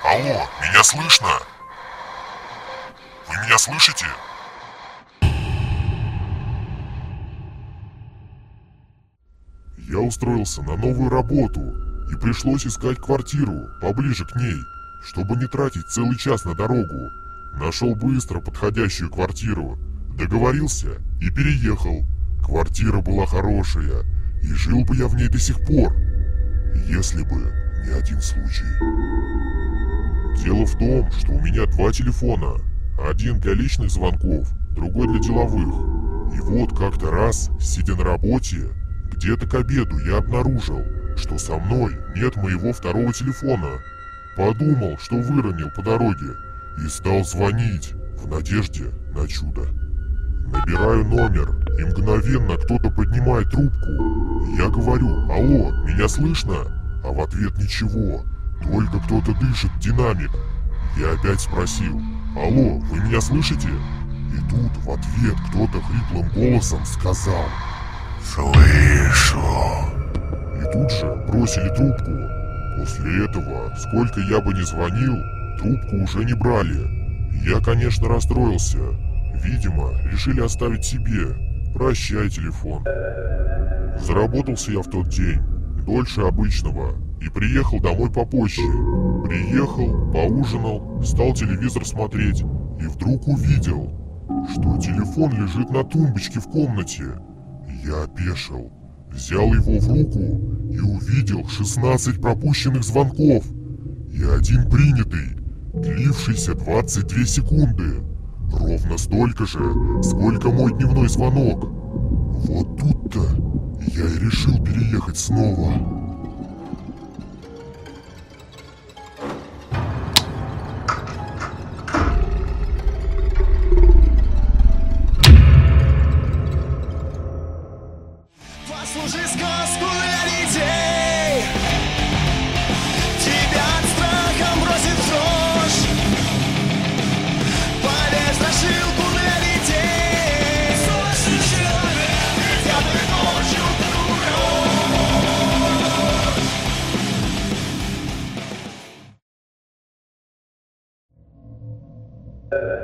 Алло, меня слышно? Вы меня слышите? Я устроился на новую работу, и пришлось искать квартиру поближе к ней, чтобы не тратить целый час на дорогу. Нашел быстро подходящую квартиру, договорился и переехал. Квартира была хорошая, и жил бы я в ней до сих пор, если бы не один случай. Дело в том, что у меня два телефона. Один для личных звонков, другой для деловых. И вот как-то раз, сидя на работе, где-то к обеду я обнаружил, что со мной нет моего второго телефона. Подумал, что выронил по дороге, и стал звонить в надежде на чудо. Набираю номер, и мгновенно кто-то поднимает трубку. Я говорю: «Алло, меня слышно?» А в ответ ничего, только кто-то дышит в динамик. Я опять спросил: «Алло, вы меня слышите?» И тут в ответ кто-то хриплым голосом сказал: «Слышу». И тут же бросили трубку. После этого, сколько я бы ни звонил, трубку уже не брали. Я, конечно, расстроился. Видимо, решили оставить себе. Прощай, телефон. Заработался я в тот день дольше обычного и приехал домой попозже. Приехал, поужинал, стал телевизор смотреть и вдруг увидел, что телефон лежит на тумбочке в комнате. Я опешил, взял его в руку и увидел 16 пропущенных звонков и один принятый, длившийся 22 секунды. Ровно столько же, сколько мой дневной звонок. Вот тут-то я и решил переехать снова. Послушай сказку для детей. Тебя от страха бросит в дрожь. Поверь в страшилку для детей. Сумасшедший человек, ведь этой ночью ты умрешь.